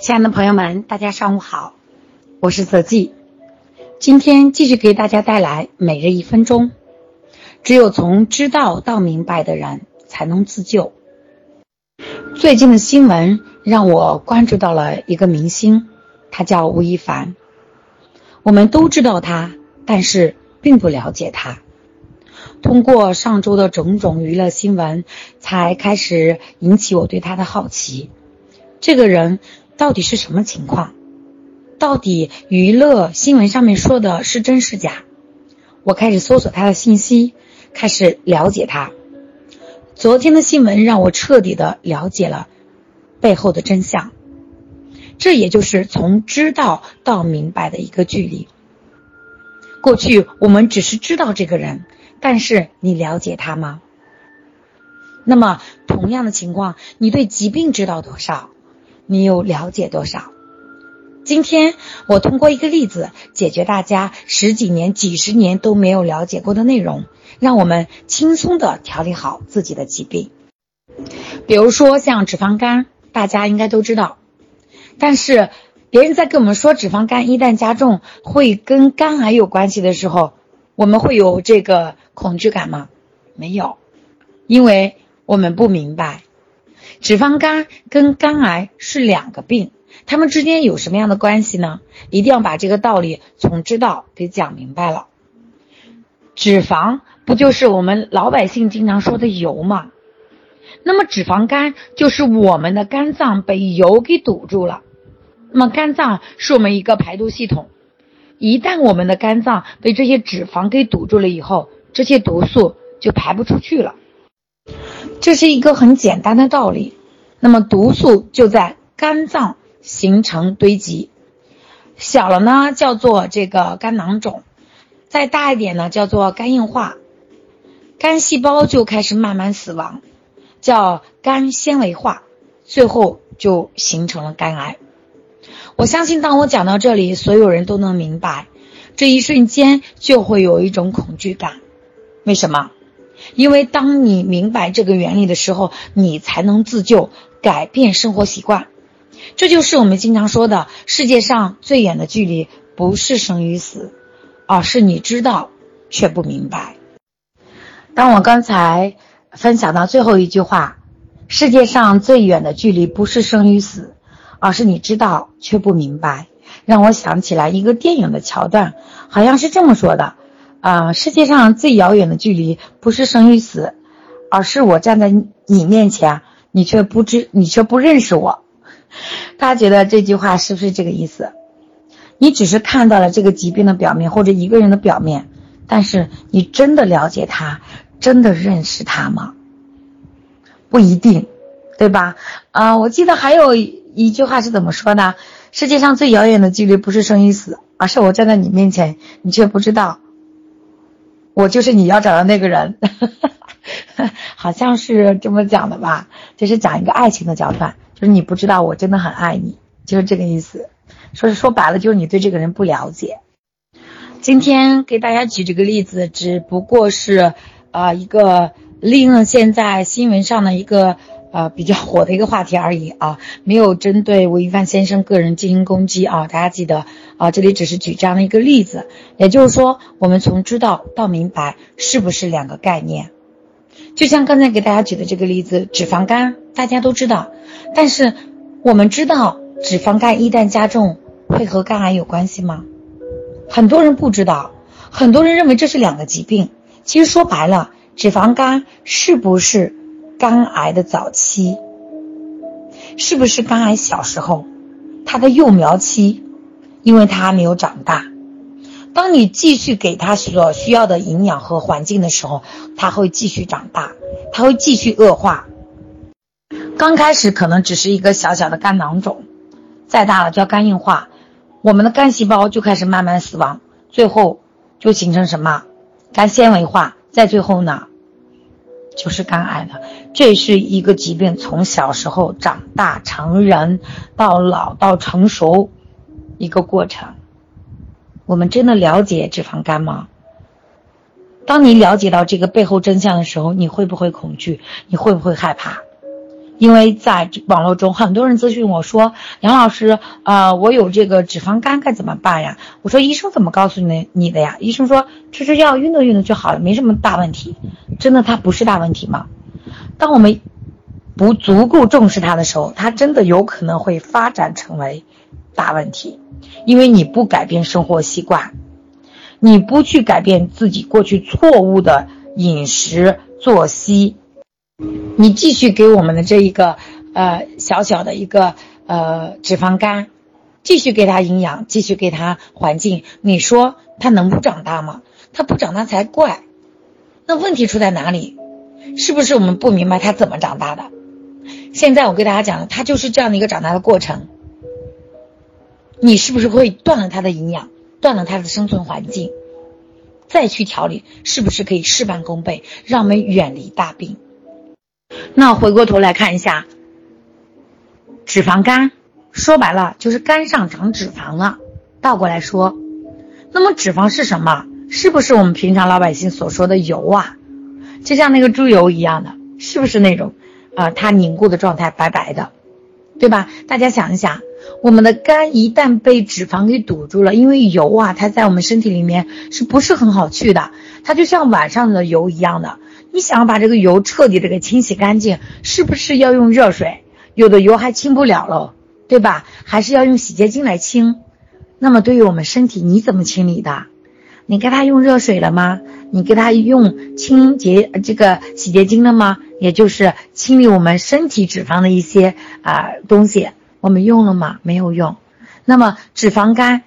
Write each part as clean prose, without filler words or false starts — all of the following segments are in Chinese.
亲爱的朋友们，大家上午好，我是泽记。今天继续给大家带来每日1分钟。只有从知道到明白的人才能自救。最近的新闻让我关注到了一个明星，他叫吴亦凡。我们都知道他，但是并不了解他。通过上周的种种娱乐新闻，才开始引起我对他的好奇。这个人到底是什么情况？到底娱乐新闻上面说的是真是假？我开始搜索他的信息，开始了解他。昨天的新闻让我彻底的了解了背后的真相。这也就是从知道到明白的一个距离。过去我们只是知道这个人，但是你了解他吗？那么同样的情况，你对疾病知道多少？你又了解多少？今天我通过一个例子解决大家十几年、几十年都没有了解过的内容，让我们轻松地调理好自己的疾病。比如说像脂肪肝，大家应该都知道，但是别人在跟我们说脂肪肝一旦加重会跟肝癌有关系的时候，我们会有这个恐惧感吗？没有，因为我们不明白脂肪肝跟肝癌是两个病，它们之间有什么样的关系呢？一定要把这个道理从知道给讲明白了。脂肪不就是我们老百姓经常说的油吗？那么脂肪肝就是我们的肝脏被油给堵住了。那么肝脏是我们一个排毒系统，一旦我们的肝脏被这些脂肪给堵住了以后，这些毒素就排不出去了。这是一个很简单的道理。那么毒素就在肝脏形成堆积，小了呢叫做这个肝囊肿，再大一点呢叫做肝硬化，肝细胞就开始慢慢死亡，叫肝纤维化，最后就形成了肝癌。我相信当我讲到这里，所有人都能明白，这一瞬间就会有一种恐惧感。为什么？因为当你明白这个原理的时候，你才能自救，改变生活习惯。这就是我们经常说的，世界上最远的距离不是生与死，而是你知道却不明白。当我刚才分享到最后一句话，世界上最远的距离不是生与死，而是你知道却不明白，让我想起来一个电影的桥段，好像是这么说的，世界上最遥远的距离不是生与死，而是我站在你面前，你却不认识我。大家觉得这句话是不是这个意思？你只是看到了这个疾病的表面或者一个人的表面，但是你真的了解他，真的认识他吗？不一定，对吧？我记得还有一句话是怎么说的？世界上最遥远的距离不是生与死，而是我站在你面前，你却不知道我就是你要找的那个人。好像是这么讲的吧，就是讲一个爱情的桥段，就是你不知道我真的很爱你，就是这个意思。说白了就是你对这个人不了解。今天给大家举这个例子，只不过是一个利用现在新闻上的一个比较火的一个话题而已啊，没有针对吴亦凡先生个人进行攻击啊。大家记得这里只是举这样的一个例子，也就是说我们从知道到明白是不是两个概念。就像刚才给大家举的这个例子，脂肪肝大家都知道，但是我们知道脂肪肝一旦加重会和肝癌有关系吗？很多人不知道，很多人认为这是两个疾病。其实说白了，脂肪肝是不是肝癌的早期？是不是肝癌小时候它的幼苗期？因为它还没有长大，当你继续给它所需要的营养和环境的时候，它会继续长大，它会继续恶化。刚开始可能只是一个小小的肝囊肿，再大了叫肝硬化，我们的肝细胞就开始慢慢死亡，最后就形成什么？肝纤维化，再最后呢就是肝癌了。这是一个疾病，从小时候长大成人到老到成熟一个过程。我们真的了解脂肪肝吗？当你了解到这个背后真相的时候，你会不会恐惧？你会不会害怕？ 因为在网络中很多人咨询我说，杨老师，我有这个脂肪肝该怎么办呀？我说医生怎么告诉你的呀？医生说吃吃药，运动运动就好了，没什么大问题。真的它不是大问题吗？当我们不足够重视它的时候，它真的有可能会发展成为大问题。因为你不改变生活习惯，你不去改变自己过去错误的饮食作息，你继续给我们的这一个小小的一个脂肪肝继续给它营养，继续给它环境，你说它能不长大吗？它不长大才怪。那问题出在哪里？是不是我们不明白它怎么长大的？现在我给大家讲，它就是这样的一个长大的过程。你是不是会断了它的营养，断了它的生存环境，再去调理，是不是可以事半功倍，让我们远离大病？那回过头来看一下脂肪肝，说白了就是肝上长脂肪了。倒过来说，那么脂肪是什么？是不是我们平常老百姓所说的油啊？就像那个猪油一样的，是不是那种它凝固的状态，白白的，对吧？大家想一想，我们的肝一旦被脂肪给堵住了，因为油啊它在我们身体里面是不是很好去的，它就像碗上的油一样的，你想要把这个油彻底的给清洗干净，是不是要用热水？有的油还清不了了，对吧？还是要用洗洁精来清。那么对于我们身体，你怎么清理的？你给它用热水了吗？你给它用清洁这个洗洁精了吗？也就是清理我们身体脂肪的一些东西，我们用了吗？没有用。那么脂肪肝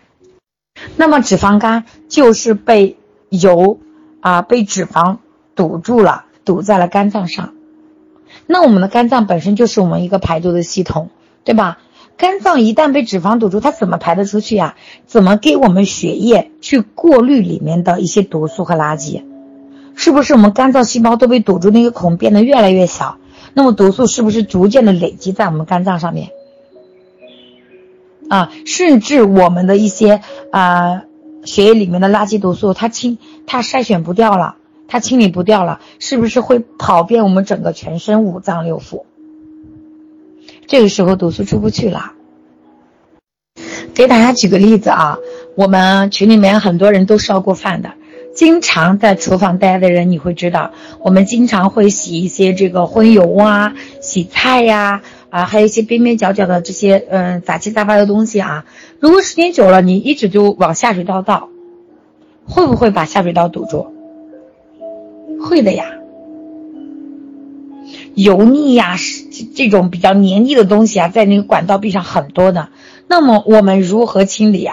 就是被油被脂肪堵住了，堵在了肝脏上。那我们的肝脏本身就是我们一个排毒的系统，对吧？肝脏一旦被脂肪堵住，它怎么排得出去呀？怎么给我们血液去过滤里面的一些毒素和垃圾？是不是我们肝脏细胞都被堵住，那个孔变得越来越小？那么毒素是不是逐渐的累积在我们肝脏上面？甚至我们的一些血液里面的垃圾毒素，它筛选不掉了，它清理不掉了，是不是会跑遍我们整个全身五脏六腑？这个时候毒素出不去了。给大家举个例子我们群里面很多人都烧过饭的，经常在厨房待的人，你会知道我们经常会洗一些这个荤油洗菜呀还有一些边边角角的这些杂七杂八的东西如果时间久了，你一直就往下水道倒，会不会把下水道堵住？会的呀。油腻呀，这种比较黏腻的东西在那个管道壁上很多的。那么我们如何清理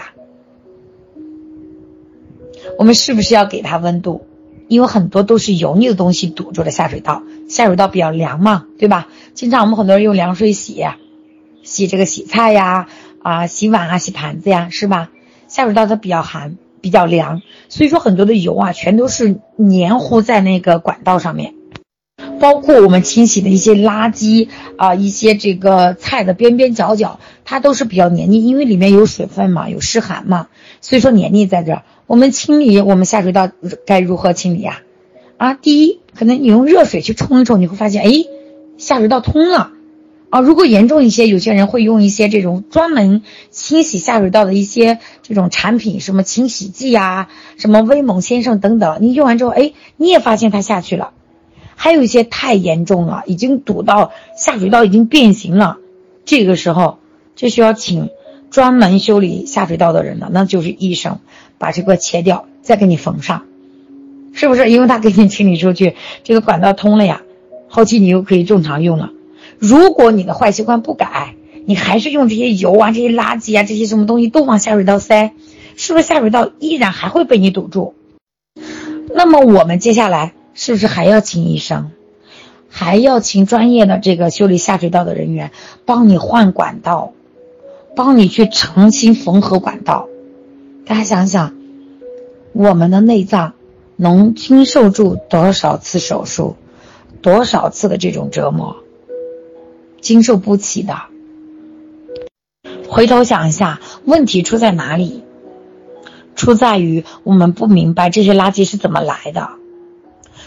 我们是不是要给它温度？因为很多都是油腻的东西堵住了下水道，下水道比较凉嘛，对吧？经常我们很多人用凉水洗这个洗菜呀洗碗洗盘子呀，是吧？下水道它比较寒比较凉，所以说很多的油全都是黏糊在那个管道上面。包括我们清洗的一些垃圾一些这个菜的边边角角，它都是比较黏腻，因为里面有水分嘛，有湿寒嘛，所以说黏腻在这儿。我们清理我们下水道该如何清理第一，可能你用热水去冲一冲，你会发现下水道通了如果严重一些，有些人会用一些这种专门清洗下水道的一些这种产品，什么清洗剂什么威猛先生等等，你用完之后你也发现它下去了。还有一些太严重了，已经堵到下水道已经变形了，这个时候就需要请专门修理下水道的人了，那就是医生，把这个切掉，再给你缝上，是不是？因为他给你清理出去，这个管道通了呀，后期你又可以正常用了。如果你的坏习惯不改，你还是用这些油这些垃圾这些什么东西都往下水道塞，是不是下水道依然还会被你堵住？那么我们接下来是不是还要请医生，还要请专业的这个修理下水道的人员帮你换管道，帮你去重新缝合管道？大家想想，我们的内脏能经受住多少次手术，多少次的这种折磨，经受不起的。回头想一下，问题出在哪里？出在于我们不明白这些垃圾是怎么来的。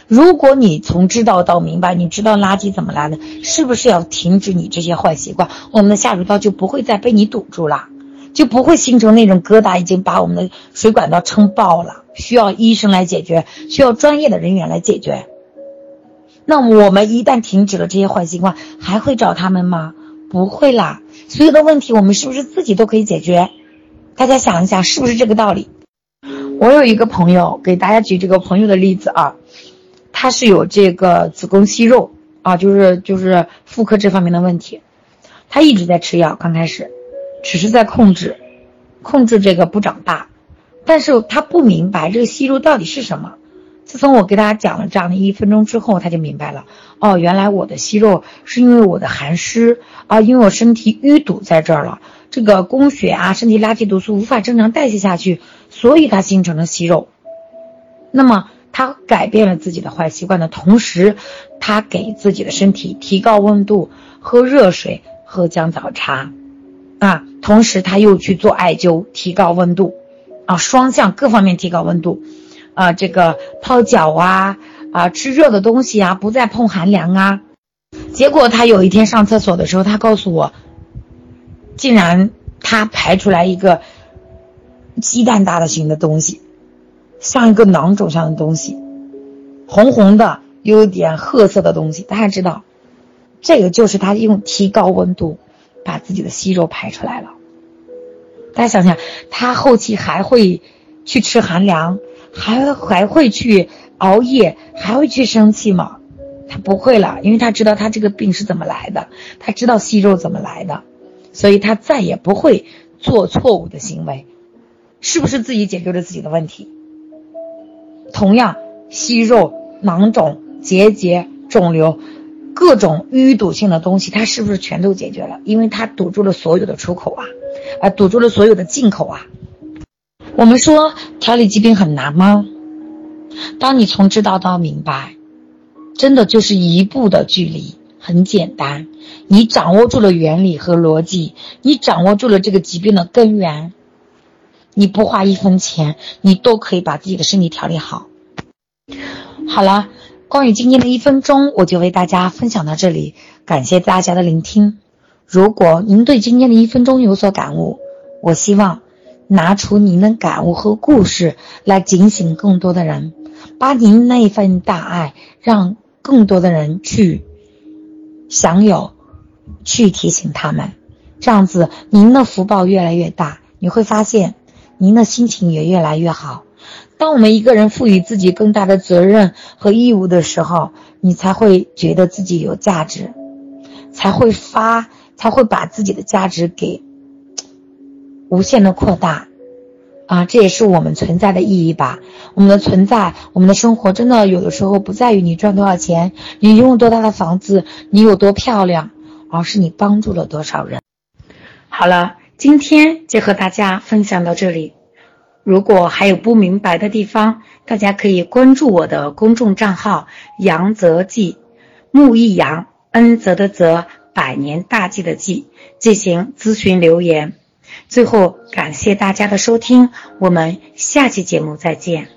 如果你从知道到明白，你知道垃圾怎么来的，是不是要停止你这些坏习惯，我们的下水道就不会再被你堵住了，就不会形成那种疙瘩，已经把我们的水管道撑爆了，需要医生来解决，需要专业的人员来解决。那我们一旦停止了这些坏习惯，还会找他们吗？不会啦。所有的问题我们是不是自己都可以解决？大家想一想，是不是这个道理？我有一个朋友，给大家举这个朋友的例子啊，他是有这个子宫息肉啊，就是妇科这方面的问题，他一直在吃药，刚开始只是在控制这个不长大，但是他不明白这个息肉到底是什么。自从我给大家讲了这样的1分钟之后，他就明白了，哦，原来我的息肉是因为我的寒湿啊，因为我身体淤堵在这儿了，这个宫血啊，身体垃圾毒素无法正常代谢下去，所以它形成了息肉。那么他改变了自己的坏习惯的同时，他给自己的身体提高温度，喝热水，喝姜枣茶啊，同时他又去做艾灸，提高温度啊，双向各方面提高温度啊，这个泡脚啊，吃热的东西啊，不再碰寒凉啊。结果他有一天上厕所的时候，他告诉我，竟然他排出来一个鸡蛋大的型的东西，像一个囊肿像的东西，红红的，有点褐色的东西。大家知道，这个就是他用提高温度把自己的息肉排出来了。大家想想，他后期还会去吃寒凉，还会去熬夜，还会去生气吗？他不会了，因为他知道他这个病是怎么来的，他知道息肉怎么来的，所以他再也不会做错误的行为。是不是自己解决了自己的问题？同样，息肉、囊肿、结节、肿瘤，各种淤堵性的东西，它是不是全都解决了？因为它堵住了所有的出口啊，堵住了所有的进口啊。我们说调理疾病很难吗？当你从知道到明白，真的就是一步的距离，很简单。你掌握住了原理和逻辑，你掌握住了这个疾病的根源，你不花1分钱，你都可以把自己的身体调理好。好了，关于今天的1分钟，我就为大家分享到这里，感谢大家的聆听。如果您对今天的1分钟有所感悟，我希望拿出您的感悟和故事来警醒更多的人，把您那份大爱让更多的人去享有，去提醒他们，这样子您的福报越来越大，你会发现您的心情也越来越好。当我们一个人赋予自己更大的责任和义务的时候，你才会觉得自己有价值，才会把自己的价值给无限的扩大啊，这也是我们存在的意义吧。我们的存在，我们的生活真的有的时候不在于你赚多少钱，你拥有多大的房子，你有多漂亮，而是你帮助了多少人。好了，今天就和大家分享到这里。如果还有不明白的地方，大家可以关注我的公众账号杨泽记，木易杨，恩泽的泽，百年大计的计，进行咨询留言。最后感谢大家的收听，我们下期节目再见。